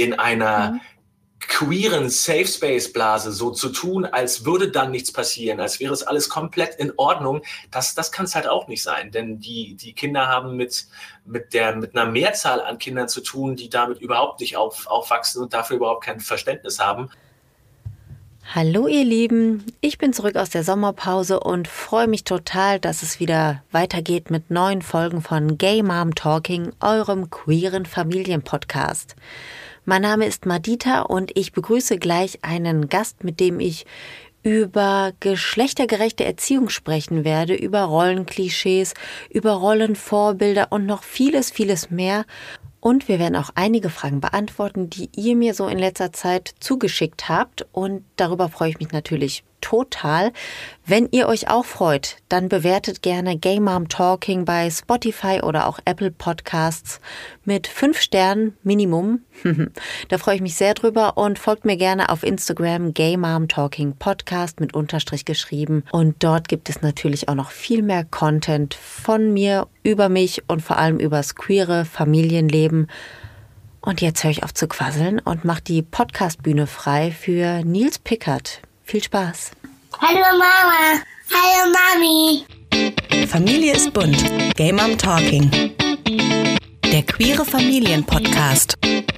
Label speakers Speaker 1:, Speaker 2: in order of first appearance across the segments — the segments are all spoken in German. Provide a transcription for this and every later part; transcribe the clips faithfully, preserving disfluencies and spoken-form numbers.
Speaker 1: in einer
Speaker 2: Mhm.
Speaker 1: queeren Safe Space Blase so zu tun, als würde dann nichts passieren, als wäre es alles komplett in Ordnung, das, das kann es halt auch nicht sein. Denn die, die Kinder haben mit, mit, der, mit einer Mehrzahl an Kindern zu tun, die damit überhaupt nicht auf, aufwachsen und dafür überhaupt kein Verständnis haben.
Speaker 2: Hallo ihr Lieben, ich bin zurück aus der Sommerpause und freue mich total, dass es wieder weitergeht mit neuen Folgen von Gay Mom Talking, eurem queeren Familienpodcast. Mein Name ist Madita und ich begrüße gleich einen Gast, mit dem ich über geschlechtergerechte Erziehung sprechen werde, über Rollenklischees, über Rollenvorbilder und noch vieles, vieles mehr. Und wir werden auch einige Fragen beantworten, die ihr mir so in letzter Zeit zugeschickt habt. Und darüber freue ich mich natürlich total. Wenn ihr euch auch freut, dann bewertet gerne Gay Mom Talking bei Spotify oder auch Apple Podcasts mit fünf Sternen Minimum. Da freue ich mich sehr drüber und folgt mir gerne auf Instagram Gay Mom Talking Podcast mit Unterstrich geschrieben. Und dort gibt es natürlich auch noch viel mehr Content von mir, über mich und vor allem übers queere Familienleben. Und jetzt höre ich auf zu quasseln und mache die Podcastbühne frei für Nils Pickert. Viel Spaß.
Speaker 3: Hallo Mama. Hallo Mami.
Speaker 4: Familie ist bunt. Gay Mom Talking. Der queere Familienpodcast.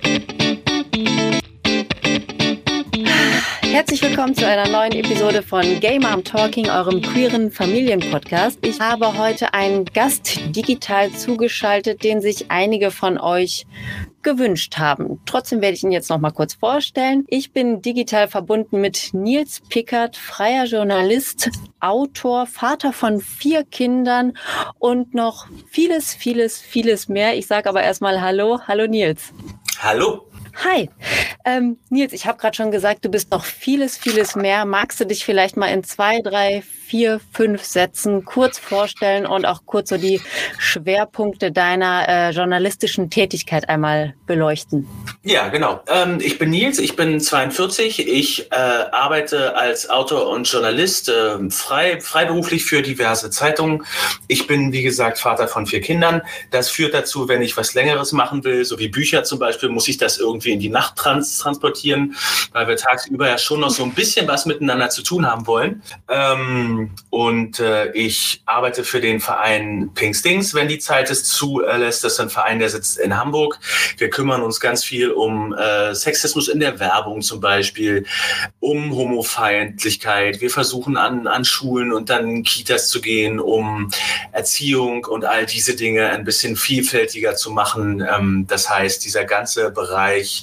Speaker 2: Herzlich willkommen zu einer neuen Episode von Gay Mom Talking, eurem queeren Familienpodcast. Ich habe heute einen Gast digital zugeschaltet, den sich einige von euch gewünscht haben. Trotzdem werde ich ihn jetzt noch mal kurz vorstellen. Ich bin digital verbunden mit Nils Pickert, freier Journalist, Autor, Vater von vier Kindern und noch vieles, vieles, vieles mehr. Ich sage aber erstmal Hallo. Hallo Nils.
Speaker 1: Hallo.
Speaker 2: Hi. Ähm, Nils, ich habe gerade schon gesagt, du bist noch vieles, vieles mehr. Magst du dich vielleicht mal in zwei, drei, vier, fünf Sätzen kurz vorstellen und auch kurz so die Schwerpunkte deiner äh, journalistischen Tätigkeit einmal beleuchten?
Speaker 1: Ja, genau. Ähm, ich bin Nils, ich bin zweiundvierzig. Ich äh, arbeite als Autor und Journalist äh, frei, freiberuflich für diverse Zeitungen. Ich bin, wie gesagt, Vater von vier Kindern. Das führt dazu, wenn ich was Längeres machen will, so wie Bücher zum Beispiel, muss ich das irgendwie in die Nacht trans- transportieren, weil wir tagsüber ja schon noch so ein bisschen was miteinander zu tun haben wollen. Ähm, und äh, ich arbeite für den Verein Pink Stings, wenn die Zeit es zulässt. Das ist ein Verein, der sitzt in Hamburg. Wir kümmern uns ganz viel um äh, Sexismus in der Werbung zum Beispiel, um Homofeindlichkeit. Wir versuchen an, an Schulen und dann Kitas zu gehen, um Erziehung und all diese Dinge ein bisschen vielfältiger zu machen. Ähm, das heißt, dieser ganze Bereich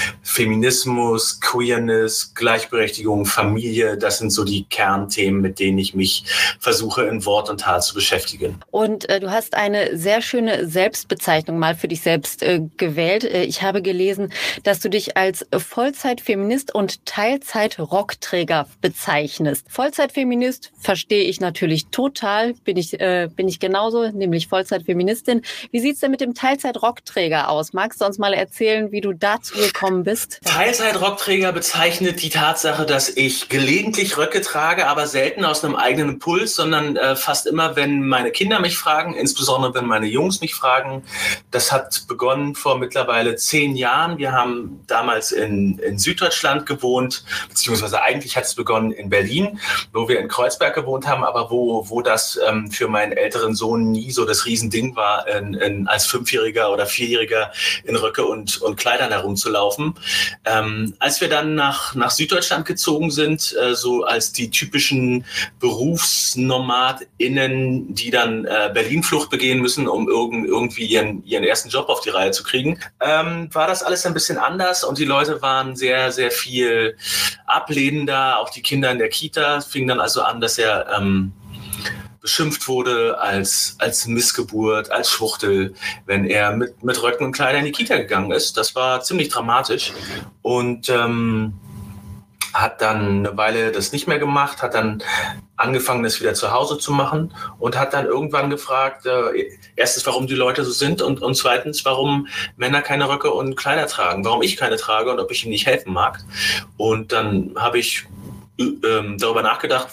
Speaker 1: Feminismus, Queerness, Gleichberechtigung, Familie, das sind so die Kernthemen, mit denen ich mich versuche, in Wort und Tat zu beschäftigen.
Speaker 2: Und äh, du hast eine sehr schöne Selbstbezeichnung mal für dich selbst äh, gewählt. Äh, ich habe gelesen, dass du dich als Vollzeitfeminist und Teilzeit-Rockträger bezeichnest. Vollzeitfeminist verstehe ich natürlich total, bin ich, äh, bin ich genauso, nämlich Vollzeitfeministin. Wie sieht's denn mit dem Teilzeit-Rockträger aus? Magst du uns mal erzählen, wie du dazu gekommen bist?
Speaker 1: Teilzeit-Rockträger bezeichnet die Tatsache, dass ich gelegentlich Röcke trage, aber selten aus einem eigenen Impuls, sondern äh, fast immer, wenn meine Kinder mich fragen, insbesondere wenn meine Jungs mich fragen. Das hat begonnen vor mittlerweile zehn Jahren. Wir haben damals in, in Süddeutschland gewohnt, beziehungsweise eigentlich hat es begonnen in Berlin, wo wir in Kreuzberg gewohnt haben, aber wo, wo das ähm, für meinen älteren Sohn nie so das Riesending war, in, in, als Fünfjähriger oder Vierjähriger in Röcke und, und Kleidern herumzulaufen. Ähm, als wir dann nach, nach Süddeutschland gezogen sind, äh, so als die typischen BerufsnomadInnen, die dann äh, Berlin-Flucht begehen müssen, um irgend, irgendwie ihren, ihren ersten Job auf die Reihe zu kriegen, ähm, war das alles ein bisschen anders und die Leute waren sehr, sehr viel ablehnender. Auch die Kinder in der Kita fingen dann also an, dass er ähm, beschimpft wurde als, als Missgeburt, als Schwuchtel, wenn er mit, mit Röcken und Kleidern in die Kita gegangen ist. Das war ziemlich dramatisch und ähm, hat dann eine Weile das nicht mehr gemacht, hat dann angefangen, das wieder zu Hause zu machen und hat dann irgendwann gefragt, äh, erstens, warum die Leute so sind und, und zweitens, warum Männer keine Röcke und Kleider tragen, warum ich keine trage und ob ich ihm nicht helfen mag. Und dann habe ich äh, darüber nachgedacht,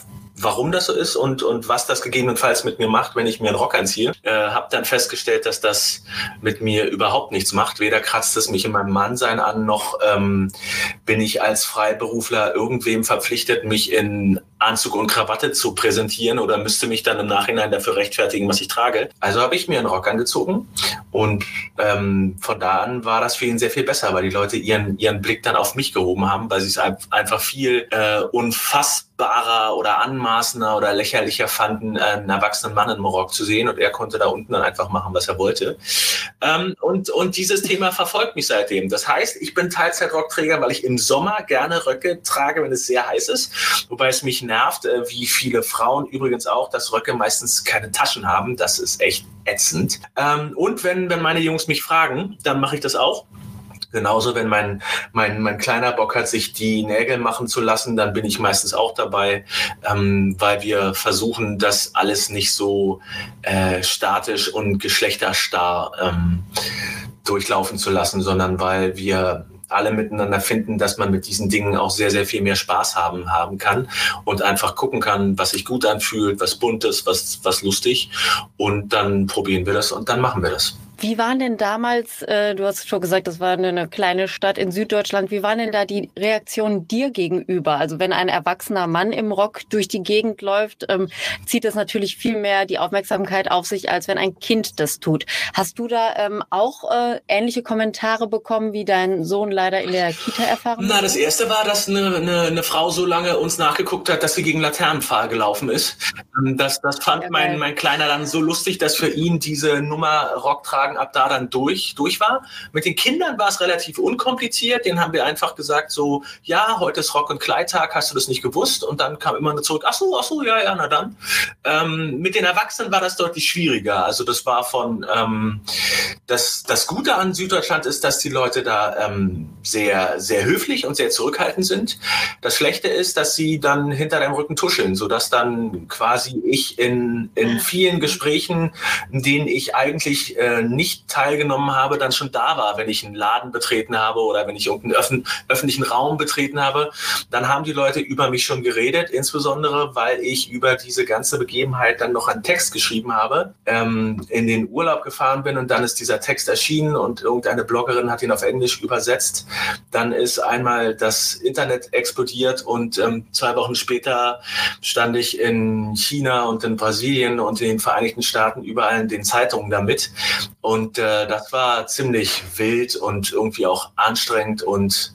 Speaker 1: warum das so ist und, und was das gegebenenfalls mit mir macht, wenn ich mir einen Rock anziehe. Äh, habe dann festgestellt, dass das mit mir überhaupt nichts macht. Weder kratzt es mich in meinem Mannsein an, noch ähm, bin ich als Freiberufler irgendwem verpflichtet, mich in Anzug und Krawatte zu präsentieren oder müsste mich dann im Nachhinein dafür rechtfertigen, was ich trage. Also habe ich mir einen Rock angezogen und ähm, von da an war das für ihn sehr viel besser, weil die Leute ihren, ihren Blick dann auf mich gehoben haben, weil sie es einfach viel äh, unfassbarer oder anmaßender oder lächerlicher fanden, einen erwachsenen Mann im Rock zu sehen und er konnte da unten dann einfach machen, was er wollte. Ähm, und, und dieses Thema verfolgt mich seitdem. Das heißt, ich bin Teilzeit-Rockträger, weil ich im Sommer gerne Röcke trage, wenn es sehr heiß ist, wobei es mich nervt, äh, wie viele Frauen übrigens auch, dass Röcke meistens keine Taschen haben. Das ist echt ätzend. Ähm, und wenn, wenn meine Jungs mich fragen, dann mache ich das auch. Genauso, wenn mein, mein, mein Kleiner Bock hat, sich die Nägel machen zu lassen, dann bin ich meistens auch dabei, ähm, weil wir versuchen, das alles nicht so äh, statisch und geschlechterstarr ähm, durchlaufen zu lassen, sondern weil wir alle miteinander finden, dass man mit diesen Dingen auch sehr, sehr viel mehr Spaß haben, haben kann und einfach gucken kann, was sich gut anfühlt, was bunt ist, was, was lustig. Und dann probieren wir das und dann machen wir das.
Speaker 2: Wie waren denn damals, äh, du hast schon gesagt, das war eine, eine kleine Stadt in Süddeutschland, wie waren denn da die Reaktionen dir gegenüber? Also wenn ein erwachsener Mann im Rock durch die Gegend läuft, ähm, zieht das natürlich viel mehr die Aufmerksamkeit auf sich, als wenn ein Kind das tut. Hast du da ähm, auch äh, ähnliche Kommentare bekommen, wie dein Sohn leider in der Kita erfahren hat?
Speaker 1: Na, das erste war, dass eine, eine, eine Frau so lange uns nachgeguckt hat, dass sie gegen Laternenpfahl gelaufen ist. Das, das fand ja, mein, mein Kleiner dann so lustig, dass für ihn diese Nummer Rock tragen ab da dann durch, durch war. Mit den Kindern war es relativ unkompliziert. Den haben wir einfach gesagt so, ja, heute ist Rock- und Kleidtag, hast du das nicht gewusst? Und dann kam immer nur zurück, ach so, ach so, ja, ja, na dann. Ähm, mit den Erwachsenen war das deutlich schwieriger. Also das war von, ähm, das, das Gute an Süddeutschland ist, dass die Leute da ähm, sehr, sehr höflich und sehr zurückhaltend sind. Das Schlechte ist, dass sie dann hinter deinem Rücken tuscheln, sodass dann quasi ich in, in vielen Gesprächen, in denen ich eigentlich äh, nicht teilgenommen habe, dann schon da war, wenn ich einen Laden betreten habe oder wenn ich irgendeinen öffn- öffentlichen Raum betreten habe, dann haben die Leute über mich schon geredet, insbesondere, weil ich über diese ganze Begebenheit dann noch einen Text geschrieben habe, ähm, in den Urlaub gefahren bin und dann ist dieser Text erschienen und irgendeine Bloggerin hat ihn auf Englisch übersetzt. Dann ist einmal das Internet explodiert und ähm, zwei Wochen später stand ich in China und in Brasilien und in den Vereinigten Staaten überall in den Zeitungen damit. Und äh, das war ziemlich wild und irgendwie auch anstrengend und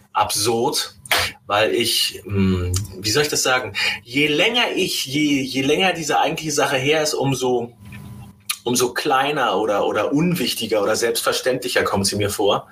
Speaker 1: absurd, weil ich, mh, wie soll ich das sagen, je länger ich, je, je länger diese eigentliche Sache her ist, umso umso kleiner oder, oder unwichtiger oder selbstverständlicher kommt sie mir vor.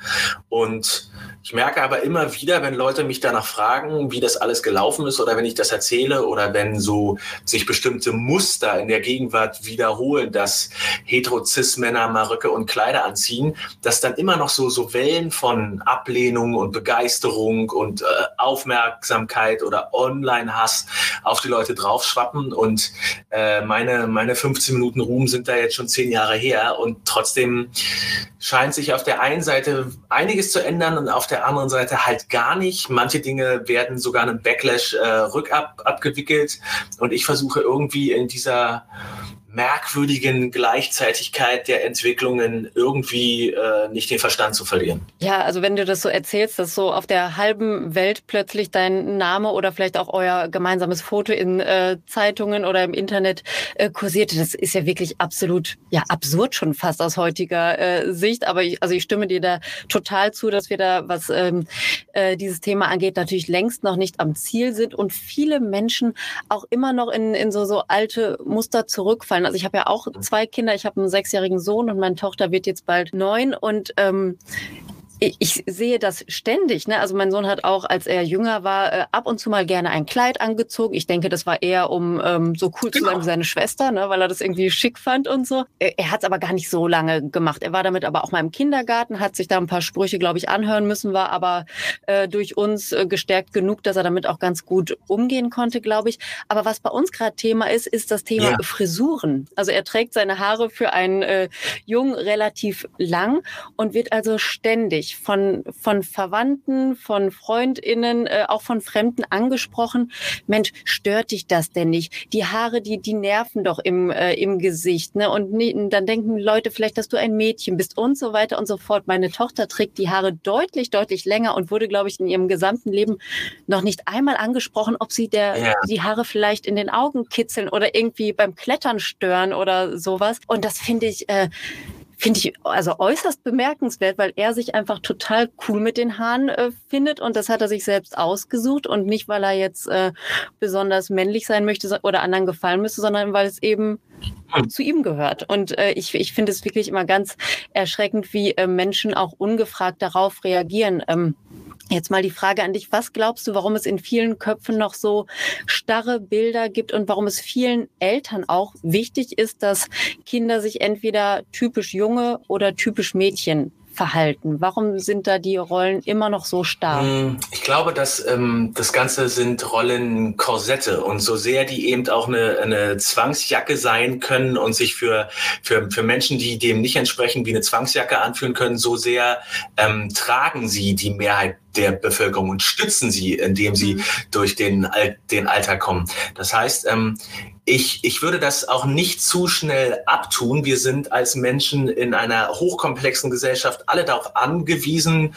Speaker 1: Und ich merke aber immer wieder, wenn Leute mich danach fragen, wie das alles gelaufen ist oder wenn ich das erzähle oder wenn so sich bestimmte Muster in der Gegenwart wiederholen, dass hetero-cis-Männer mal Röcke und Kleider anziehen, dass dann immer noch so, so Wellen von Ablehnung und Begeisterung und äh, Aufmerksamkeit oder Online-Hass auf die Leute draufschwappen. Und äh, meine, meine fünfzehn Minuten Ruhm sind da jetzt schon zehn Jahre her und trotzdem scheint sich auf der einen Seite einiges zu ändern und auf der anderen Seite halt gar nicht. Manche Dinge werden sogar einem Backlash äh, rückab abgewickelt und ich versuche irgendwie in dieser merkwürdigen Gleichzeitigkeit der Entwicklungen irgendwie äh, nicht den Verstand zu verlieren.
Speaker 2: Ja, also wenn du das so erzählst, dass so auf der halben Welt plötzlich dein Name oder vielleicht auch euer gemeinsames Foto in äh, Zeitungen oder im Internet äh, kursierte, das ist ja wirklich absolut, ja absurd schon fast aus heutiger äh, Sicht. Aber ich, also ich stimme dir da total zu, dass wir da, was ähm, äh, dieses Thema angeht, natürlich längst noch nicht am Ziel sind und viele Menschen auch immer noch in, in so, so alte Muster zurückfallen. Also ich habe ja auch zwei Kinder, ich habe einen sechsjährigen Sohn und meine Tochter wird jetzt bald neun und ähm, ich sehe das ständig, ne? Also mein Sohn hat auch, als er jünger war, äh, ab und zu mal gerne ein Kleid angezogen. Ich denke, das war eher, um ähm, so cool genau. zu sein wie seine Schwester, ne? Weil er das irgendwie schick fand und so. Er, er hat es aber gar nicht so lange gemacht. Er war damit aber auch mal im Kindergarten, hat sich da ein paar Sprüche, glaube ich, anhören müssen, war aber äh, durch uns äh, gestärkt genug, dass er damit auch ganz gut umgehen konnte, glaube ich. Aber was bei uns gerade Thema ist, ist das Thema ja. Frisuren. Also er trägt seine Haare für einen äh, Jungen relativ lang und wird also ständig häufig von, von Verwandten, von FreundInnen, äh, auch von Fremden angesprochen. Mensch, stört dich das denn nicht? Die Haare, die, die nerven doch im, äh, im Gesicht, ne? Und nie, dann denken Leute vielleicht, dass du ein Mädchen bist und so weiter und so fort. Meine Tochter trägt die Haare deutlich, deutlich länger und wurde, glaube ich, in ihrem gesamten Leben noch nicht einmal angesprochen, ob sie der, ja. die Haare vielleicht in den Augen kitzeln oder irgendwie beim Klettern stören oder sowas. Und das finde ich, äh, Finde ich also äußerst bemerkenswert, weil er sich einfach total cool mit den Haaren äh, findet und das hat er sich selbst ausgesucht und nicht, weil er jetzt äh, besonders männlich sein möchte oder anderen gefallen müsste, sondern weil es eben zu ihm gehört. Und äh, ich, ich finde es wirklich immer ganz erschreckend, wie äh, Menschen auch ungefragt darauf reagieren. Ähm, Jetzt mal die Frage an dich, was glaubst du, warum es in vielen Köpfen noch so starre Bilder gibt und warum es vielen Eltern auch wichtig ist, dass Kinder sich entweder typisch Junge oder typisch Mädchen verhalten? Warum sind da die Rollen immer noch so stark?
Speaker 1: Ich glaube, dass ähm, das Ganze sind Rollenkorsette und so sehr die eben auch eine, eine Zwangsjacke sein können und sich für, für, für Menschen, die dem nicht entsprechen, wie eine Zwangsjacke anfühlen können, so sehr ähm, tragen sie die Mehrheit der Bevölkerung und stützen sie, indem sie durch den, den Alltag kommen. Das heißt, ähm, ich, ich würde das auch nicht zu schnell abtun. Wir sind als Menschen in einer hochkomplexen Gesellschaft alle darauf angewiesen,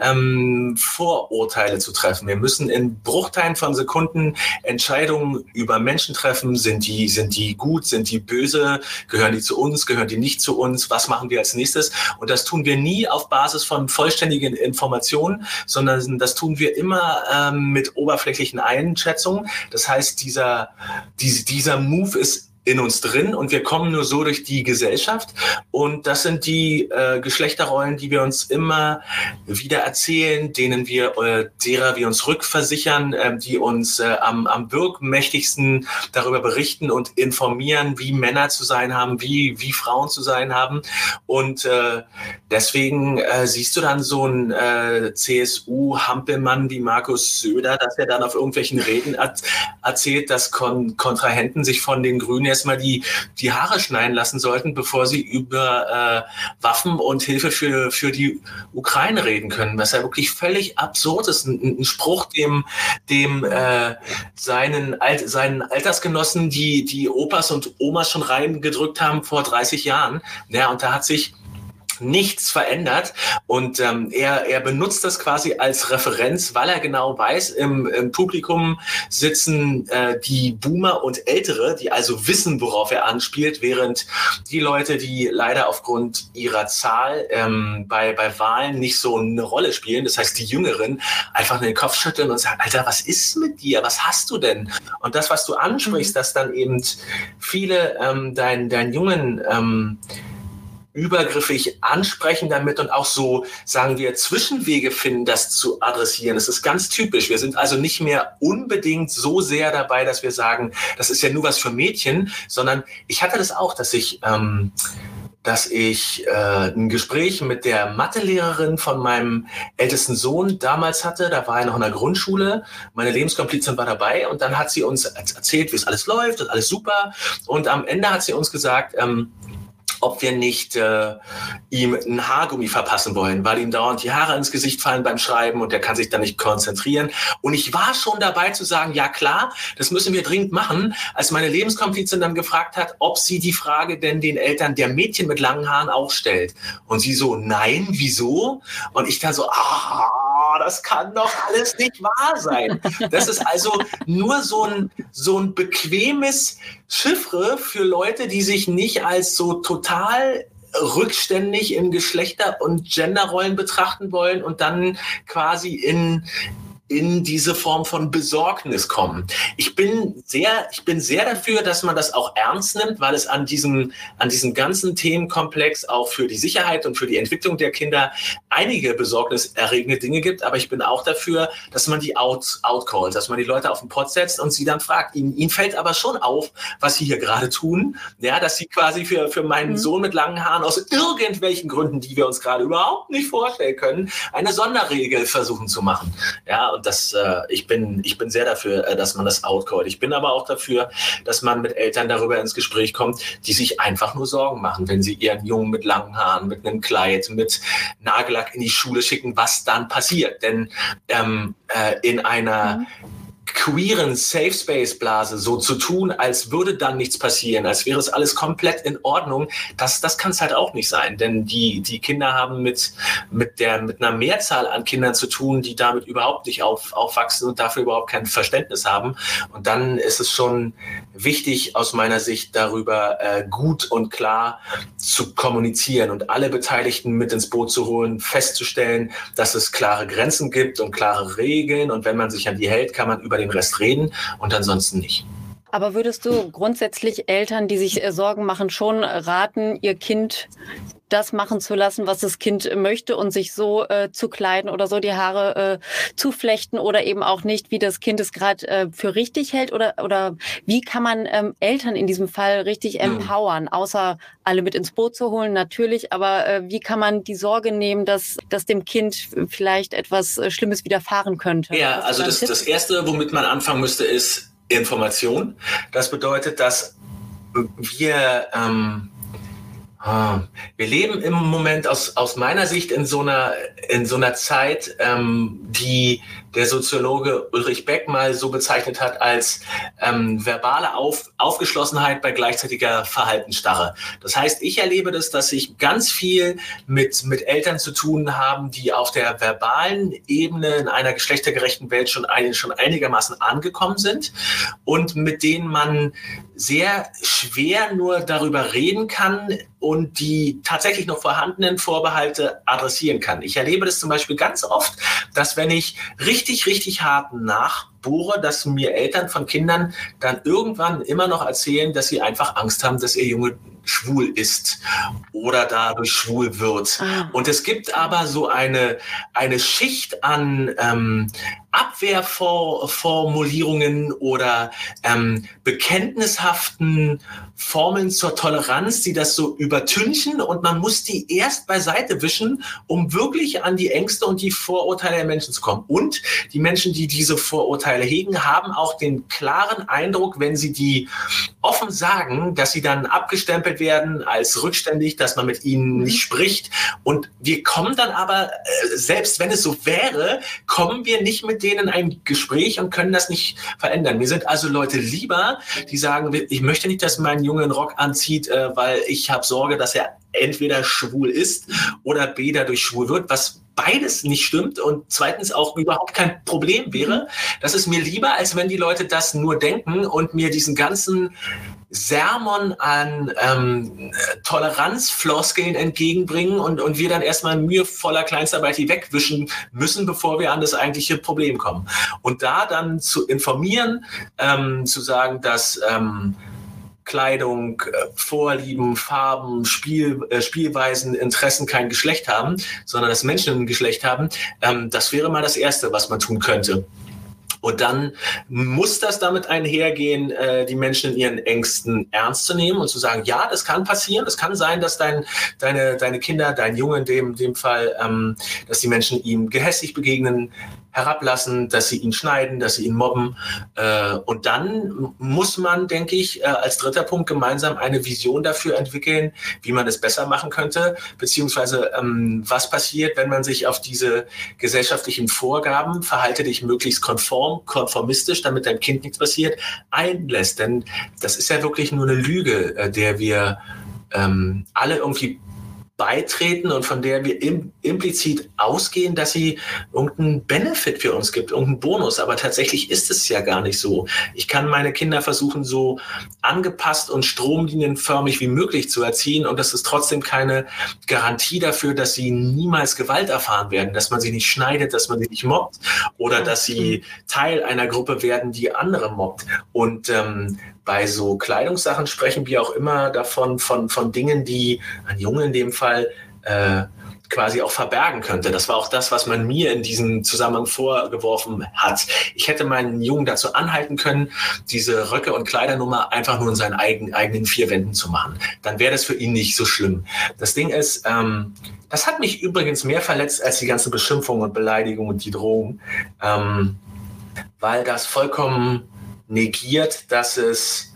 Speaker 1: ähm, Vorurteile zu treffen. Wir müssen in Bruchteilen von Sekunden Entscheidungen über Menschen treffen. Sind die, sind die gut? Sind die böse? Gehören die zu uns? Gehören die nicht zu uns? Was machen wir als nächstes? Und das tun wir nie auf Basis von vollständigen Informationen, sondern das tun wir immer ähm, mit oberflächlichen Einschätzungen. Das heißt, dieser, diese, dieser Move ist in uns drin und wir kommen nur so durch die Gesellschaft und das sind die äh, Geschlechterrollen, die wir uns immer wieder erzählen, denen wir, äh, derer wir uns rückversichern, äh, die uns äh, am, am wirkmächtigsten darüber berichten und informieren, wie Männer zu sein haben, wie, wie Frauen zu sein haben und äh, deswegen äh, siehst du dann so einen äh, C S U-Hampelmann wie Markus Söder, dass er dann auf irgendwelchen Reden er- erzählt, dass Kon- Kontrahenten sich von den Grünen erstmal die, die Haare schneiden lassen sollten, bevor sie über äh, Waffen und Hilfe für, für die Ukraine reden können, was ja wirklich völlig absurd ist. Ein, ein Spruch, dem, dem äh, seinen, Alt, seinen Altersgenossen die, die Opas und Omas schon reingedrückt haben vor dreißig Jahren. Ja, und da hat sich nichts verändert und ähm, er, er benutzt das quasi als Referenz, weil er genau weiß, im, im Publikum sitzen äh, die Boomer und Ältere, die also wissen, worauf er anspielt, während die Leute, die leider aufgrund ihrer Zahl ähm, bei, bei Wahlen nicht so eine Rolle spielen, das heißt die Jüngeren, einfach den Kopf schütteln und sagen, Alter, was ist mit dir? Was hast du denn? Und das, was du ansprichst, mhm. dass dann eben viele ähm, deinen dein jungen ähm, übergriffig ansprechen damit und auch so, sagen wir, Zwischenwege finden, das zu adressieren. Das ist ganz typisch. Wir sind also nicht mehr unbedingt so sehr dabei, dass wir sagen, das ist ja nur was für Mädchen, sondern ich hatte das auch, dass ich, ähm, dass ich äh, ein Gespräch mit der Mathelehrerin von meinem ältesten Sohn damals hatte. Da war er noch in der Grundschule. Meine Lebenskomplizin war dabei und dann hat sie uns erzählt, wie es alles läuft und alles super. Und am Ende hat sie uns gesagt, ähm, ob wir nicht äh, ihm ein Haargummi verpassen wollen, weil ihm dauernd die Haare ins Gesicht fallen beim Schreiben und der kann sich dann nicht konzentrieren. Und ich war schon dabei zu sagen, ja klar, das müssen wir dringend machen, als meine Lebenskomplizin dann gefragt hat, ob sie die Frage denn den Eltern der Mädchen mit langen Haaren auch stellt. Und sie so, nein, wieso? Und ich dann so, ah, das kann doch alles nicht wahr sein. Das ist also nur so ein, so ein bequemes Chiffre für Leute, die sich nicht als so total rückständig in Geschlechter- und Genderrollen betrachten wollen und dann quasi in in diese Form von Besorgnis kommen. Ich bin sehr, ich bin sehr dafür, dass man das auch ernst nimmt, weil es an diesem, an diesem ganzen Themenkomplex auch für die Sicherheit und für die Entwicklung der Kinder einige besorgniserregende Dinge gibt. Aber ich bin auch dafür, dass man die out, outcallt, dass man die Leute auf den Pott setzt und sie dann fragt. Ihnen, ihnen fällt aber schon auf, was sie hier gerade tun. Ja, dass sie quasi für, für meinen mhm. Sohn mit langen Haaren aus irgendwelchen Gründen, die wir uns gerade überhaupt nicht vorstellen können, eine Sonderregel versuchen zu machen. Ja, und das, äh, ich bin, ich bin sehr dafür, äh, dass man das outcallt. Ich bin aber auch dafür, dass man mit Eltern darüber ins Gespräch kommt, die sich einfach nur Sorgen machen, wenn sie ihren Jungen mit langen Haaren, mit einem Kleid, mit Nagellack in die Schule schicken, was dann passiert. Denn ähm, äh, in einer mhm. queeren Safe Space Blase so zu tun, als würde dann nichts passieren, als wäre es alles komplett in Ordnung, das, das kann es halt auch nicht sein. Denn die, die Kinder haben mit, mit, der, mit einer Mehrzahl an Kindern zu tun, die damit überhaupt nicht auf, aufwachsen und dafür überhaupt kein Verständnis haben. Und dann ist es schon wichtig, aus meiner Sicht darüber äh, gut und klar zu kommunizieren und alle Beteiligten mit ins Boot zu holen, festzustellen, dass es klare Grenzen gibt und klare Regeln. Und wenn man sich an die hält, kann man über den Rest reden und ansonsten nicht.
Speaker 2: Aber würdest du grundsätzlich Eltern, die sich Sorgen machen, schon raten, ihr Kind das machen zu lassen, was das Kind möchte und sich so äh, zu kleiden oder so die Haare äh, zu flechten oder eben auch nicht, wie das Kind es gerade äh, für richtig hält? Oder, oder wie kann man ähm, Eltern in diesem Fall richtig empowern, mhm. außer alle mit ins Boot zu holen, natürlich, aber äh, wie kann man die Sorge nehmen, dass, dass dem Kind vielleicht etwas äh, Schlimmes widerfahren könnte?
Speaker 1: Ja, also das, das Erste, womit man anfangen müsste, ist Information. Das bedeutet, dass wir ähm, wir leben im Moment aus, aus meiner Sicht in so einer, in so einer Zeit, ähm, die der Soziologe Ulrich Beck mal so bezeichnet hat als ähm, verbale Auf, Aufgeschlossenheit bei gleichzeitiger Verhaltensstarre. Das heißt, ich erlebe das, dass ich ganz viel mit, mit Eltern zu tun haben, die auf der verbalen Ebene in einer geschlechtergerechten Welt schon, ein, schon einigermaßen angekommen sind und mit denen man sehr schwer nur darüber reden kann und die tatsächlich noch vorhandenen Vorbehalte adressieren kann. Ich erlebe das zum Beispiel ganz oft, dass wenn ich richtig, richtig hart nachbohre, dass mir Eltern von Kindern dann irgendwann immer noch erzählen, dass sie einfach Angst haben, dass ihr Junge schwul ist oder dadurch schwul wird. Ah. Und es gibt aber so eine, eine Schicht an ähm, Abwehrformulierungen oder ähm, bekenntnishaften Formeln zur Toleranz, die das so übertünchen und man muss die erst beiseite wischen, um wirklich an die Ängste und die Vorurteile der Menschen zu kommen. Und die Menschen, die diese Vorurteile hegen, haben auch den klaren Eindruck, wenn sie die offen sagen, dass sie dann abgestempelt werden als rückständig, dass man mit ihnen nicht spricht. Und wir kommen dann aber, selbst wenn es so wäre, kommen wir nicht mit denen in ein Gespräch und können das nicht verändern. Mir sind also Leute lieber, die sagen, ich möchte nicht, dass mein Junge einen Rock anzieht, weil ich habe Sorge, dass er entweder schwul ist oder B, dadurch schwul wird, was beides nicht stimmt und zweitens auch überhaupt kein Problem wäre. Das ist mir lieber, als wenn die Leute das nur denken und mir diesen ganzen Sermon an ähm, Toleranzfloskeln entgegenbringen und, und wir dann erstmal mühevoller Kleinstarbeit die wegwischen müssen, bevor wir an das eigentliche Problem kommen. Und da dann zu informieren, ähm, zu sagen, dass ähm, Kleidung, Vorlieben, Farben, Spiel, äh, Spielweisen, Interessen kein Geschlecht haben, sondern dass Menschen ein Geschlecht haben, ähm, das wäre mal das Erste, was man tun könnte. Und dann muss das damit einhergehen, äh, die Menschen in ihren Ängsten ernst zu nehmen und zu sagen, ja, das kann passieren. Es kann sein, dass dein, deine, deine Kinder, dein Junge in dem, dem Fall, ähm, dass die Menschen ihm gehässig begegnen, herablassen, dass sie ihn schneiden, dass sie ihn mobben. Äh, und dann muss man, denke ich, äh, als dritter Punkt gemeinsam eine Vision dafür entwickeln, wie man es besser machen könnte, beziehungsweise ähm, was passiert, wenn man sich auf diese gesellschaftlichen Vorgaben, verhalte dich möglichst konform, konformistisch, damit deinem Kind nichts passiert, einlässt. Denn das ist ja wirklich nur eine Lüge, äh, der wir ähm, alle irgendwie beitreten und von der wir im, implizit ausgehen, dass sie irgendeinen Benefit für uns gibt, irgendeinen Bonus. Aber tatsächlich ist es ja gar nicht so. Ich kann meine Kinder versuchen, so angepasst und stromlinienförmig wie möglich zu erziehen und das ist trotzdem keine Garantie dafür, dass sie niemals Gewalt erfahren werden, dass man sie nicht schneidet, dass man sie nicht mobbt oder dass sie Teil einer Gruppe werden, die andere mobbt. Und ähm, bei so Kleidungssachen sprechen wir auch immer davon, von, von Dingen, die ein Junge in dem Fall äh, quasi auch verbergen könnte. Das war auch das, was man mir in diesem Zusammenhang vorgeworfen hat. Ich hätte meinen Jungen dazu anhalten können, diese Röcke- und Kleidernummer einfach nur in seinen eigenen, eigenen vier Wänden zu machen. Dann wäre das für ihn nicht so schlimm. Das Ding ist, ähm, das hat mich übrigens mehr verletzt als die ganzen Beschimpfungen und Beleidigungen und die Drohungen, ähm, weil das vollkommen negiert, dass es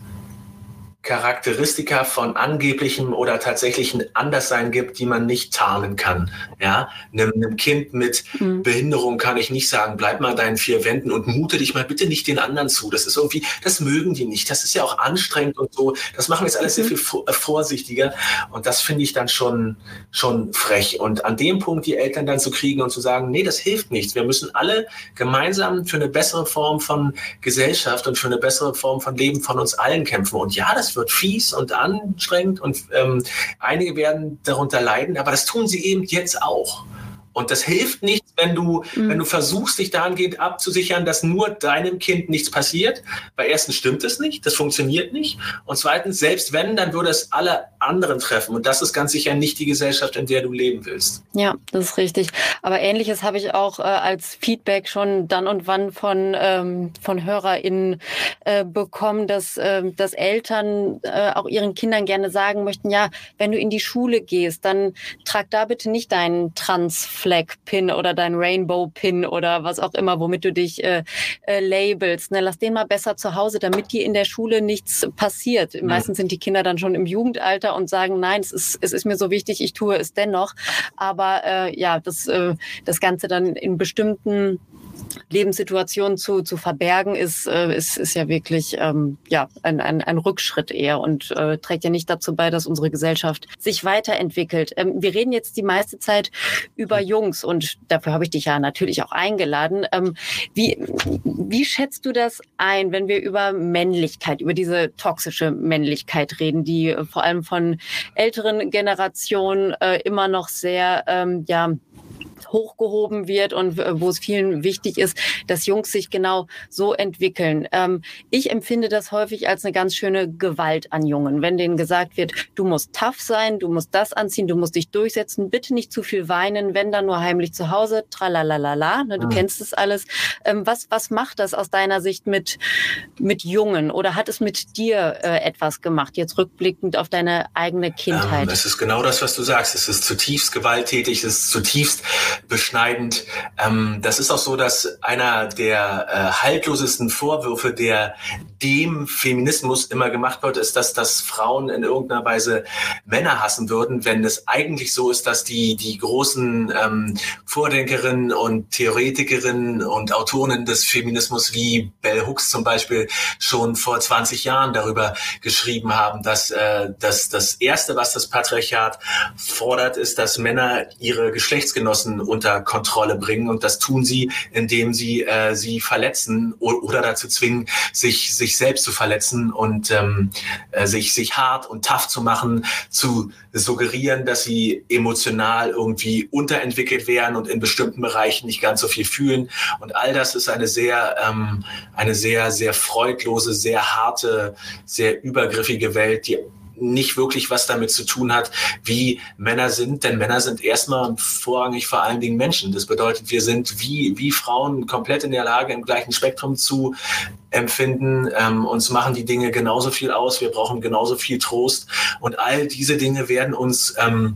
Speaker 1: Charakteristika von angeblichem oder tatsächlichen Anderssein gibt, die man nicht tarnen kann. Ja, einem, einem Kind mit mhm. Behinderung kann ich nicht sagen, bleib mal in deinen vier Wänden und mute dich mal bitte nicht den anderen zu. Das ist irgendwie, das mögen die nicht. Das ist ja auch anstrengend und so. Das machen wir jetzt alles mhm. sehr viel vorsichtiger. Und das finde ich dann schon, schon frech. Und an dem Punkt die Eltern dann zu kriegen und zu sagen, nee, das hilft nichts. Wir müssen alle gemeinsam für eine bessere Form von Gesellschaft und für eine bessere Form von Leben von uns allen kämpfen. Und ja, das wird fies und anstrengend und ähm, einige werden darunter leiden, aber das tun sie eben jetzt auch. Und das hilft nichts, wenn du, mhm. wenn du versuchst, dich dahingehend abzusichern, dass nur deinem Kind nichts passiert. Weil erstens stimmt es nicht, das funktioniert nicht. Und zweitens, selbst wenn, dann würde es alle anderen treffen. Und das ist ganz sicher nicht die Gesellschaft, in der du leben willst.
Speaker 2: Ja, das ist richtig. Aber Ähnliches habe ich auch äh, als Feedback schon dann und wann von, ähm, von HörerInnen äh, bekommen, dass, äh, dass Eltern äh, auch ihren Kindern gerne sagen möchten, ja, wenn du in die Schule gehst, dann trag da bitte nicht deinen Trans Flag-Pin oder dein Rainbow-Pin oder was auch immer, womit du dich äh, äh, labelst. Ne? Lass den mal besser zu Hause, damit dir in der Schule nichts passiert. Mhm. Meistens sind die Kinder dann schon im Jugendalter und sagen, nein, es ist, es ist mir so wichtig, ich tue es dennoch. Aber äh, ja, das, äh, das Ganze dann in bestimmten Lebenssituationen zu, zu verbergen, ist, äh, ist, ist ja wirklich ähm, ja, ein, ein, ein Rückschritt eher und äh, trägt ja nicht dazu bei, dass unsere Gesellschaft sich weiterentwickelt. Ähm, wir reden jetzt die meiste Zeit über Jungs und dafür habe ich dich ja natürlich auch eingeladen. Ähm, wie, wie schätzt du das ein, wenn wir über Männlichkeit, über diese toxische Männlichkeit reden, die äh, vor allem von älteren Generationen äh, immer noch sehr, ähm, ja, hochgehoben wird und wo es vielen wichtig ist, dass Jungs sich genau so entwickeln. Ähm, ich empfinde das häufig als eine ganz schöne Gewalt an Jungen, wenn denen gesagt wird, du musst tough sein, du musst das anziehen, du musst dich durchsetzen, bitte nicht zu viel weinen, wenn dann nur heimlich zu Hause, tralalala, ne, du mhm. kennst das alles. Ähm, was, was macht das aus deiner Sicht mit, mit Jungen oder hat es mit dir äh, etwas gemacht, jetzt rückblickend auf deine eigene Kindheit?
Speaker 1: Ähm, es ist genau das, was du sagst. Es ist zutiefst gewalttätig, es ist zutiefst beschneidend. Ähm, das ist auch so, dass einer der äh, haltlosesten Vorwürfe, der dem Feminismus immer gemacht wird, ist, dass, dass Frauen in irgendeiner Weise Männer hassen würden, wenn es eigentlich so ist, dass die, die großen ähm, Vordenkerinnen und Theoretikerinnen und Autorinnen des Feminismus wie Bell Hooks zum Beispiel schon vor zwanzig Jahren darüber geschrieben haben, dass äh, dass das Erste, was das Patriarchat fordert, ist, dass Männer ihre Geschlechtsgenossen unter Kontrolle bringen und das tun sie, indem sie äh, sie verletzen oder dazu zwingen, sich sich selbst zu verletzen und ähm, äh, sich sich hart und tough zu machen, zu suggerieren, dass sie emotional irgendwie unterentwickelt wären und in bestimmten Bereichen nicht ganz so viel fühlen und all das ist eine sehr ähm, eine sehr sehr freudlose, sehr harte, sehr übergriffige Welt, die nicht wirklich was damit zu tun hat, wie Männer sind, denn Männer sind erstmal und vorrangig vor allen Dingen Menschen. Das bedeutet, wir sind wie, wie Frauen komplett in der Lage, im gleichen Spektrum zu empfinden. Ähm, uns machen die Dinge genauso viel aus, wir brauchen genauso viel Trost und all diese Dinge werden uns ähm,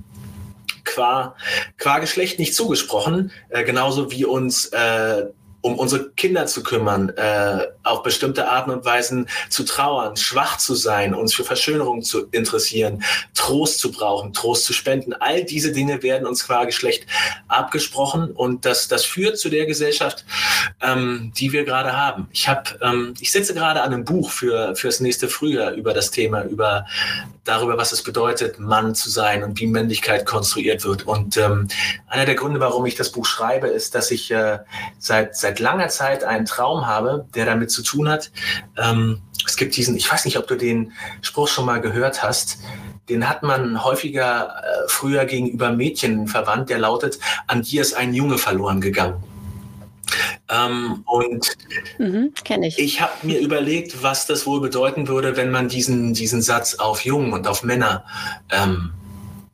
Speaker 1: qua, qua Geschlecht nicht zugesprochen, äh, genauso wie uns äh, um unsere Kinder zu kümmern, äh, auf bestimmte Arten und Weisen zu trauern, schwach zu sein, uns für Verschönerung zu interessieren, Trost zu brauchen, Trost zu spenden. All diese Dinge werden uns qua Geschlecht abgesprochen und das, das führt zu der Gesellschaft, ähm, die wir gerade haben. Ich hab, ähm, ich sitze gerade an einem Buch für fürs nächste Frühjahr über das Thema, über darüber, was es bedeutet, Mann zu sein und wie Männlichkeit konstruiert wird. Und ähm, einer der Gründe, warum ich das Buch schreibe, ist, dass ich äh, seit seit langer Zeit einen Traum habe, der damit zu tun hat. Ähm, es gibt diesen, ich weiß nicht, ob du den Spruch schon mal gehört hast, den hat man häufiger äh, früher gegenüber Mädchen verwandt, der lautet, an dir ist ein Junge verloren gegangen. Ähm, und
Speaker 2: mhm, kenn ich.
Speaker 1: Ich habe mir überlegt, was das wohl bedeuten würde, wenn man diesen, diesen Satz auf Jungen und auf Männer ähm,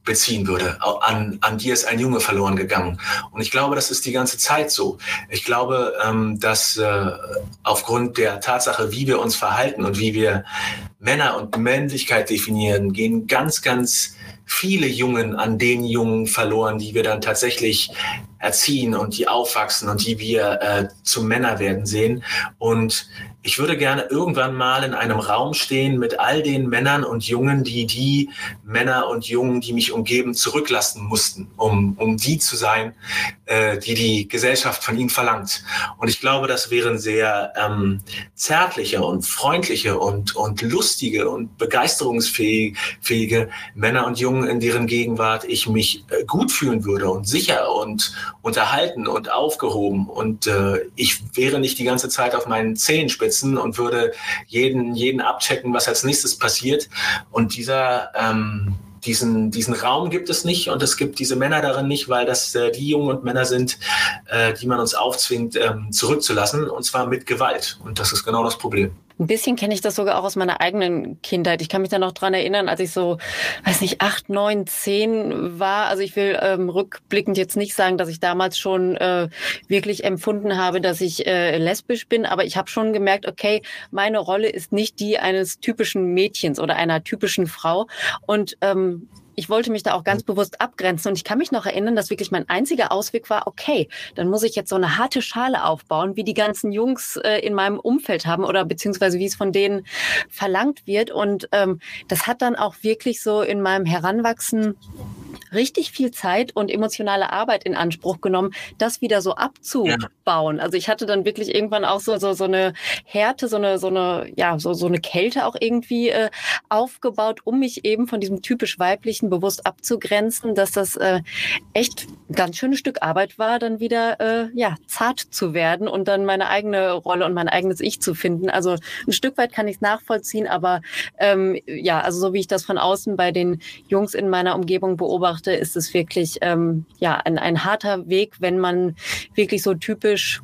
Speaker 1: beziehen würde. An, an dir ist ein Junge verloren gegangen. Und ich glaube, das ist die ganze Zeit so. Ich glaube, ähm, dass äh, aufgrund der Tatsache, wie wir uns verhalten und wie wir Männer und Männlichkeit definieren, gehen ganz, ganz viele Jungen an den Jungen verloren, die wir dann tatsächlich erziehen und die aufwachsen und die wir äh, zu Männer werden sehen. Und ich würde gerne irgendwann mal in einem Raum stehen mit all den Männern und Jungen, die die Männer und Jungen, die mich umgeben, zurücklassen mussten, um, um die zu sein, äh, die die Gesellschaft von ihnen verlangt. Und ich glaube, das wären sehr ähm, zärtliche und freundliche und, und lustige und begeisterungsfähige Männer und Jungen, in deren Gegenwart ich mich äh, gut fühlen würde und sicher und unterhalten und aufgehoben. Und äh, ich wäre nicht die ganze Zeit auf meinen Zehenspitzen und würde jeden, jeden abchecken, was als nächstes passiert. Und dieser, ähm, diesen, diesen Raum gibt es nicht und es gibt diese Männer darin nicht, weil das äh, die Jungen und Männer sind, äh, die man uns aufzwingt, ähm, zurückzulassen, und zwar mit Gewalt. Und das ist genau das Problem.
Speaker 2: Ein bisschen kenne ich das sogar auch aus meiner eigenen Kindheit. Ich kann mich da noch dran erinnern, als ich so, weiß nicht, acht, neun, zehn war. Also ich will ähm, rückblickend jetzt nicht sagen, dass ich damals schon äh, wirklich empfunden habe, dass ich äh, lesbisch bin. Aber ich habe schon gemerkt, okay, meine Rolle ist nicht die eines typischen Mädchens oder einer typischen Frau. Und ähm, ich wollte mich da auch ganz bewusst abgrenzen und ich kann mich noch erinnern, dass wirklich mein einziger Ausweg war, okay, dann muss ich jetzt so eine harte Schale aufbauen, wie die ganzen Jungs äh, in meinem Umfeld haben oder beziehungsweise wie es von denen verlangt wird. Und ähm, das hat dann auch wirklich so in meinem Heranwachsen richtig viel Zeit und emotionale Arbeit in Anspruch genommen, das wieder so abzubauen. Ja. Also ich hatte dann wirklich irgendwann auch so so so eine Härte, so eine so eine ja so so eine Kälte auch irgendwie äh, aufgebaut, um mich eben von diesem typisch weiblichen bewusst abzugrenzen, dass das äh, echt ein ganz schönes Stück Arbeit war, dann wieder äh, ja zart zu werden und dann meine eigene Rolle und mein eigenes Ich zu finden. Also ein Stück weit kann ich es nachvollziehen, aber ähm, ja, also so wie ich das von außen bei den Jungs in meiner Umgebung beobachte, ist es wirklich ähm, ja ein, ein harter Weg, wenn man wirklich so typisch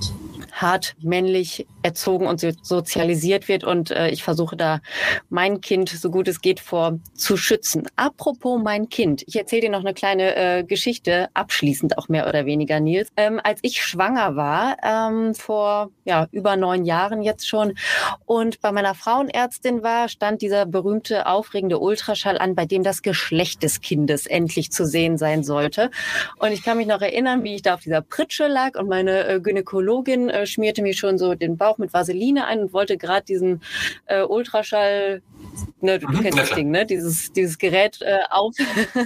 Speaker 2: hart männlich erzogen und sozialisiert wird. Und äh, ich versuche da mein Kind, so gut es geht, vor zu schützen. Apropos mein Kind. Ich erzähle dir noch eine kleine äh, Geschichte, abschließend auch mehr oder weniger, Nils. Ähm, als ich schwanger war, ähm, vor ja über neun Jahren jetzt schon, und bei meiner Frauenärztin war, stand dieser berühmte, aufregende Ultraschall an, bei dem das Geschlecht des Kindes endlich zu sehen sein sollte. Und ich kann mich noch erinnern, wie ich da auf dieser Pritsche lag und meine äh, Gynäkologin äh, schmierte mir schon so den Bauch mit Vaseline ein und wollte gerade diesen äh, Ultraschall, ne, du kennst das Ding, ne, dieses dieses Gerät äh, auf,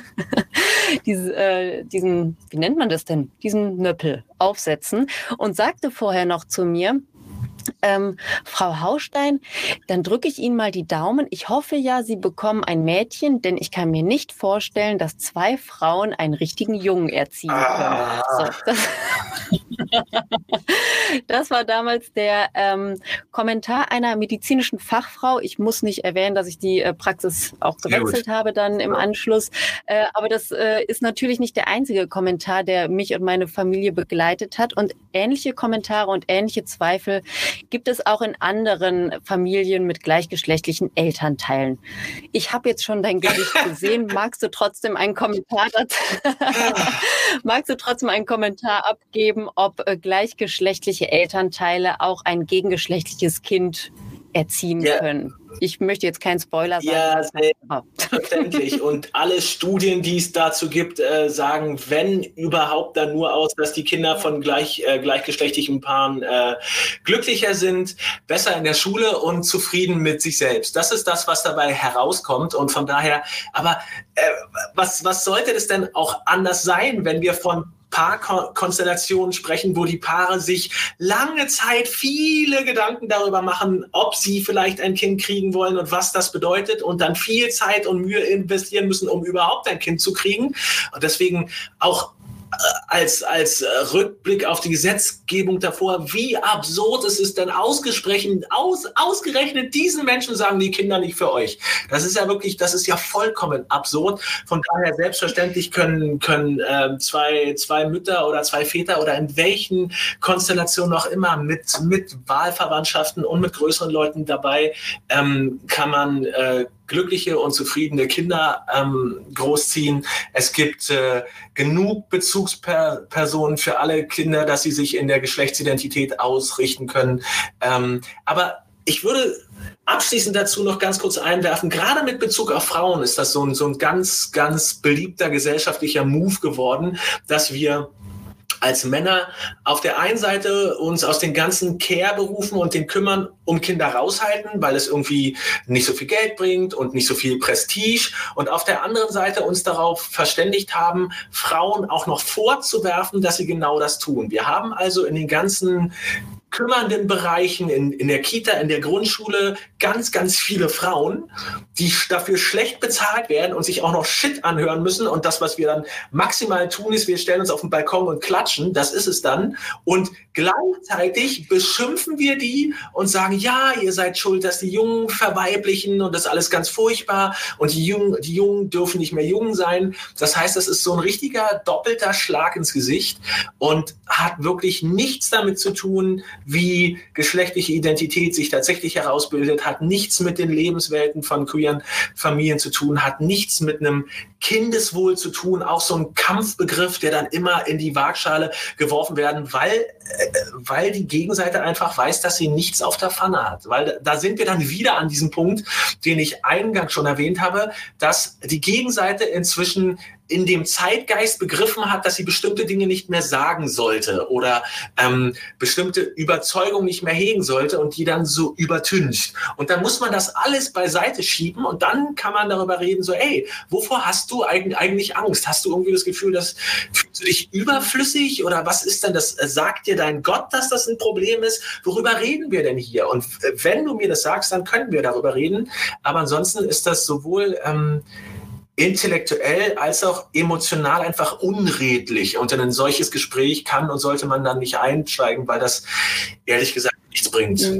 Speaker 2: diese, äh, diesen, wie nennt man das denn, diesen Nöppel aufsetzen und sagte vorher noch zu mir, Ähm, Frau Haustein, dann drücke ich Ihnen mal die Daumen. Ich hoffe ja, Sie bekommen ein Mädchen, denn ich kann mir nicht vorstellen, dass zwei Frauen einen richtigen Jungen erziehen können. Ah. So, das, das war damals der ähm, Kommentar einer medizinischen Fachfrau. Ich muss nicht erwähnen, dass ich die äh, Praxis auch gewechselt habe dann im Anschluss. Äh, aber das äh, ist natürlich nicht der einzige Kommentar, der mich und meine Familie begleitet hat. Und ähnliche Kommentare und ähnliche Zweifel gibt es auch in anderen Familien mit gleichgeschlechtlichen Elternteilen. Ich habe jetzt schon dein Gesicht gesehen. Magst du trotzdem einen Kommentar dazu? Magst du trotzdem einen Kommentar abgeben, ob äh, gleichgeschlechtliche Elternteile auch ein gegengeschlechtliches Kind erziehen ja. können? Ich möchte jetzt keinen Spoiler sagen.
Speaker 1: Ja, selbstverständlich. Und alle Studien, die es dazu gibt, äh, sagen, wenn überhaupt dann nur aus, dass die Kinder von gleich, äh, gleichgeschlechtlichen Paaren äh, glücklicher sind, besser in der Schule und zufrieden mit sich selbst. Das ist das, was dabei herauskommt. Und von daher, aber äh, was, was sollte das denn auch anders sein, wenn wir von Paarkonstellationen sprechen, wo die Paare sich lange Zeit viele Gedanken darüber machen, ob sie vielleicht ein Kind kriegen wollen und was das bedeutet und dann viel Zeit und Mühe investieren müssen, um überhaupt ein Kind zu kriegen. Und deswegen auch als, als Rückblick auf die Gesetzgebung davor, wie absurd es ist, denn ausgesprochen, aus, ausgerechnet diesen Menschen sagen die Kinder nicht für euch. Das ist ja wirklich, das ist ja vollkommen absurd. Von daher selbstverständlich können, können äh, zwei, zwei Mütter oder zwei Väter oder in welchen Konstellationen auch immer mit, mit Wahlverwandtschaften und mit größeren Leuten dabei, ähm, kann man äh, glückliche und zufriedene Kinder ähm, großziehen. Es gibt äh, genug Bezugspersonen für alle Kinder, dass sie sich in der Geschlechtsidentität ausrichten können. Ähm, aber ich würde abschließend dazu noch ganz kurz einwerfen, gerade mit Bezug auf Frauen ist das so ein, so ein ganz, ganz beliebter gesellschaftlicher Move geworden, dass wir als Männer auf der einen Seite uns aus den ganzen Care-Berufen und den Kümmern um Kinder raushalten, weil es irgendwie nicht so viel Geld bringt und nicht so viel Prestige, und auf der anderen Seite uns darauf verständigt haben, Frauen auch noch vorzuwerfen, dass sie genau das tun. Wir haben also in den ganzen kümmernden Bereichen, in, in der Kita, in der Grundschule, ganz, ganz viele Frauen, die dafür schlecht bezahlt werden und sich auch noch Shit anhören müssen. Und das, was wir dann maximal tun, ist, wir stellen uns auf den Balkon und klatschen. Das ist es dann. Und gleichzeitig beschimpfen wir die und sagen, ja, ihr seid schuld, dass die Jungen verweiblichen und das ist alles ganz furchtbar. Und die Jungen, die Jungen dürfen nicht mehr jung sein. Das heißt, das ist so ein richtiger doppelter Schlag ins Gesicht und hat wirklich nichts damit zu tun, wie geschlechtliche Identität sich tatsächlich herausbildet, hat nichts mit den Lebenswelten von queeren Familien zu tun, hat nichts mit einem Kindeswohl zu tun, auch so ein Kampfbegriff, der dann immer in die Waagschale geworfen werden, weil, äh, weil die Gegenseite einfach weiß, dass sie nichts auf der Pfanne hat. Weil da sind wir dann wieder an diesem Punkt, den ich eingangs schon erwähnt habe, dass die Gegenseite inzwischen in dem Zeitgeist begriffen hat, dass sie bestimmte Dinge nicht mehr sagen sollte oder ähm, bestimmte Überzeugungen nicht mehr hegen sollte und die dann so übertüncht. Und dann muss man das alles beiseite schieben und dann kann man darüber reden, so, ey, wovor hast du eigentlich Angst? Hast du irgendwie das Gefühl, dass fühlst du dich überflüssig oder was ist denn das? Sagt dir dein Gott, dass das ein Problem ist? Worüber reden wir denn hier? Und wenn du mir das sagst, dann können wir darüber reden. Aber ansonsten ist das sowohl ähm, intellektuell als auch emotional einfach unredlich. Und in ein solches Gespräch kann und sollte man dann nicht einsteigen, weil das ehrlich gesagt nichts bringt.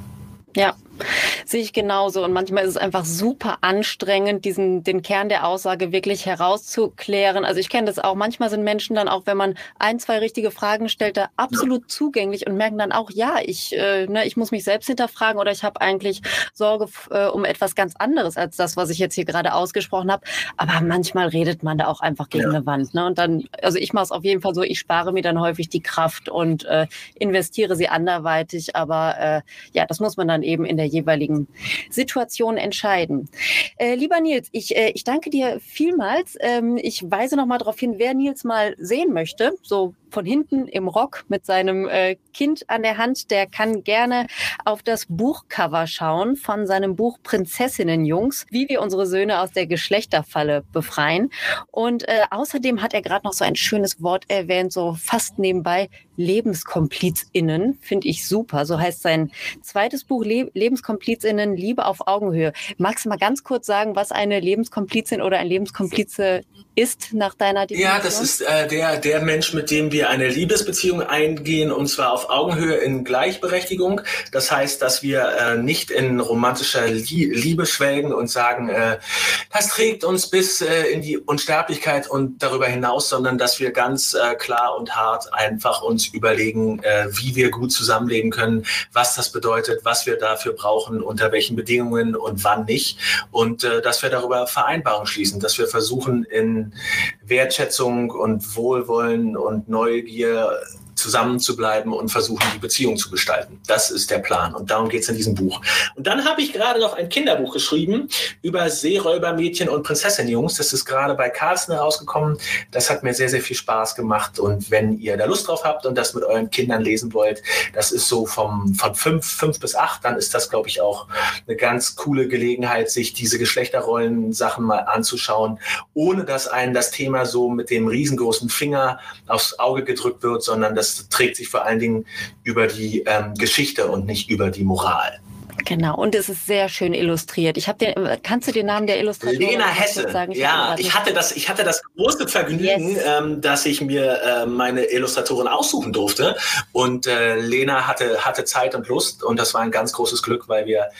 Speaker 2: Ja, sehe ich genauso. Und manchmal ist es einfach super anstrengend, diesen, den Kern der Aussage wirklich herauszuklären. Also ich kenne das auch. Manchmal sind Menschen dann auch, wenn man ein, zwei richtige Fragen stellt, da absolut ja. zugänglich und merken dann auch, ja, ich, äh, ne, ich muss mich selbst hinterfragen oder ich habe eigentlich Sorge äh, um etwas ganz anderes als das, was ich jetzt hier gerade ausgesprochen habe. Aber manchmal redet man da auch einfach gegen ja. eine Wand. Ne? Und dann, also ich mache es auf jeden Fall so, ich spare mir dann häufig die Kraft und äh, investiere sie anderweitig. Aber äh, ja, das muss man dann eben in der jeweiligen Situation entscheiden. Äh, lieber Nils, ich, äh, ich danke dir vielmals. Ähm, ich weise noch mal darauf hin, wer Nils mal sehen möchte, so von hinten im Rock mit seinem äh, Kind an der Hand, der kann gerne auf das Buchcover schauen von seinem Buch Prinzessinnenjungs, wie wir unsere Söhne aus der Geschlechterfalle befreien. Und äh, außerdem hat er gerade noch so ein schönes Wort erwähnt, so fast nebenbei, LebenskomplizInnen, finde ich super. So heißt sein zweites Buch, Le- LebenskomplizInnen, Liebe auf Augenhöhe. Magst du mal ganz kurz sagen, was eine Lebenskomplizin oder ein Lebenskomplize ist nach deiner Definition?
Speaker 1: Ja, das ist äh, der, der Mensch, mit dem wir eine Liebesbeziehung eingehen, und zwar auf Augenhöhe in Gleichberechtigung. Das heißt, dass wir äh, nicht in romantischer Lie- Liebe schwelgen und sagen, äh, das trägt uns bis äh, in die Unsterblichkeit und darüber hinaus, sondern dass wir ganz äh, klar und hart einfach uns überlegen, äh, wie wir gut zusammenleben können, was das bedeutet, was wir dafür brauchen, unter welchen Bedingungen und wann nicht. Und äh, dass wir darüber Vereinbarungen schließen, dass wir versuchen, in Wertschätzung und Wohlwollen und Neugier zusammen zu bleiben und versuchen, die Beziehung zu gestalten. Das ist der Plan und darum geht es in diesem Buch. Und dann habe ich gerade noch ein Kinderbuch geschrieben über Seeräubermädchen und Prinzessinenjungs. Das ist gerade bei Carlsen herausgekommen. Das hat mir sehr, sehr viel Spaß gemacht und wenn ihr da Lust drauf habt und das mit euren Kindern lesen wollt, das ist so vom, von fünf, fünf bis acht, dann ist das, glaube ich, auch eine ganz coole Gelegenheit, sich diese Geschlechterrollen-Sachen mal anzuschauen, ohne dass einem das Thema so mit dem riesengroßen Finger aufs Auge gedrückt wird, sondern das trägt sich vor allen Dingen über die ähm, Geschichte und nicht über die Moral.
Speaker 2: Genau, und es ist sehr schön illustriert. Ich habe den, kannst du den Namen der Illustratorin
Speaker 1: Lena Hesse.
Speaker 2: sagen? Ich
Speaker 1: ja, ich hatte das, ich hatte das große Vergnügen, yes. ähm, dass ich mir äh, meine Illustratorin aussuchen durfte. Und äh, Lena hatte hatte Zeit und Lust und das war ein ganz großes Glück, weil wir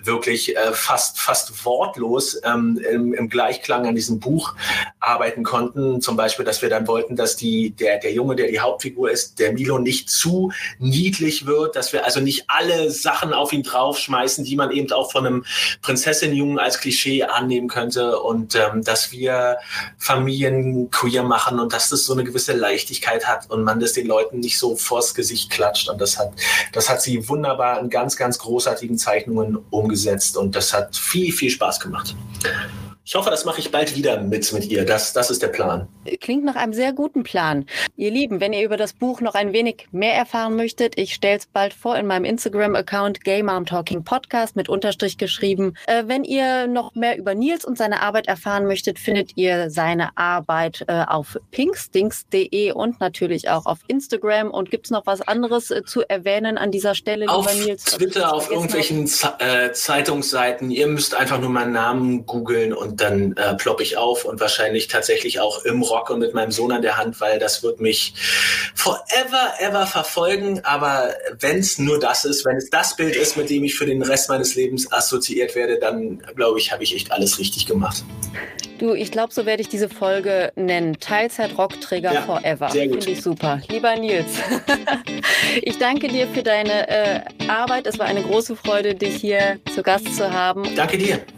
Speaker 1: wirklich äh, fast, fast wortlos ähm, im, im Gleichklang an diesem Buch arbeiten konnten. Zum Beispiel, dass wir dann wollten, dass die, der, der Junge, der die Hauptfigur ist, der Milo, nicht zu niedlich wird, dass wir also nicht alle Sachen auf ihn draufschmeißen, die man eben auch von einem Prinzessinjungen als Klischee annehmen könnte und ähm, dass wir Familien queer machen und dass das so eine gewisse Leichtigkeit hat und man das den Leuten nicht so vors Gesicht klatscht. Und das hat, das hat sie wunderbar in ganz, ganz großartigen Zeichnungen umgesetzt und das hat viel, viel Spaß gemacht. Ich hoffe, das mache ich bald wieder mit, mit ihr. Das, das ist der Plan.
Speaker 2: Klingt nach einem sehr guten Plan. Ihr Lieben, wenn ihr über das Buch noch ein wenig mehr erfahren möchtet, ich stelle es bald vor in meinem Instagram-Account Gay Mom Talking Podcast mit Unterstrich geschrieben. Äh, wenn ihr noch mehr über Nils und seine Arbeit erfahren möchtet, findet ihr seine Arbeit äh, auf pinkstinks punkt de und natürlich auch auf Instagram. Und gibt es noch was anderes äh, zu erwähnen an dieser Stelle,
Speaker 1: auf
Speaker 2: lieber Nils?
Speaker 1: Twitter, auf irgendwelchen Z- äh, Zeitungsseiten. Ihr müsst einfach nur meinen Namen googeln und dann äh, plopp ich auf und wahrscheinlich tatsächlich auch im Rock und mit meinem Sohn an der Hand, weil das wird mich forever, ever verfolgen. Aber wenn es nur das ist, wenn es das Bild ist, mit dem ich für den Rest meines Lebens assoziiert werde, dann glaube ich, habe ich echt alles richtig gemacht.
Speaker 2: Du, ich glaube, so werde ich diese Folge nennen. Teilzeit-Rockträger
Speaker 1: ja,
Speaker 2: forever.
Speaker 1: Sehr gut.
Speaker 2: Finde ich super. Lieber Nils, ich danke dir für deine äh, Arbeit. Es war eine große Freude, dich hier zu Gast zu haben.
Speaker 1: Danke dir.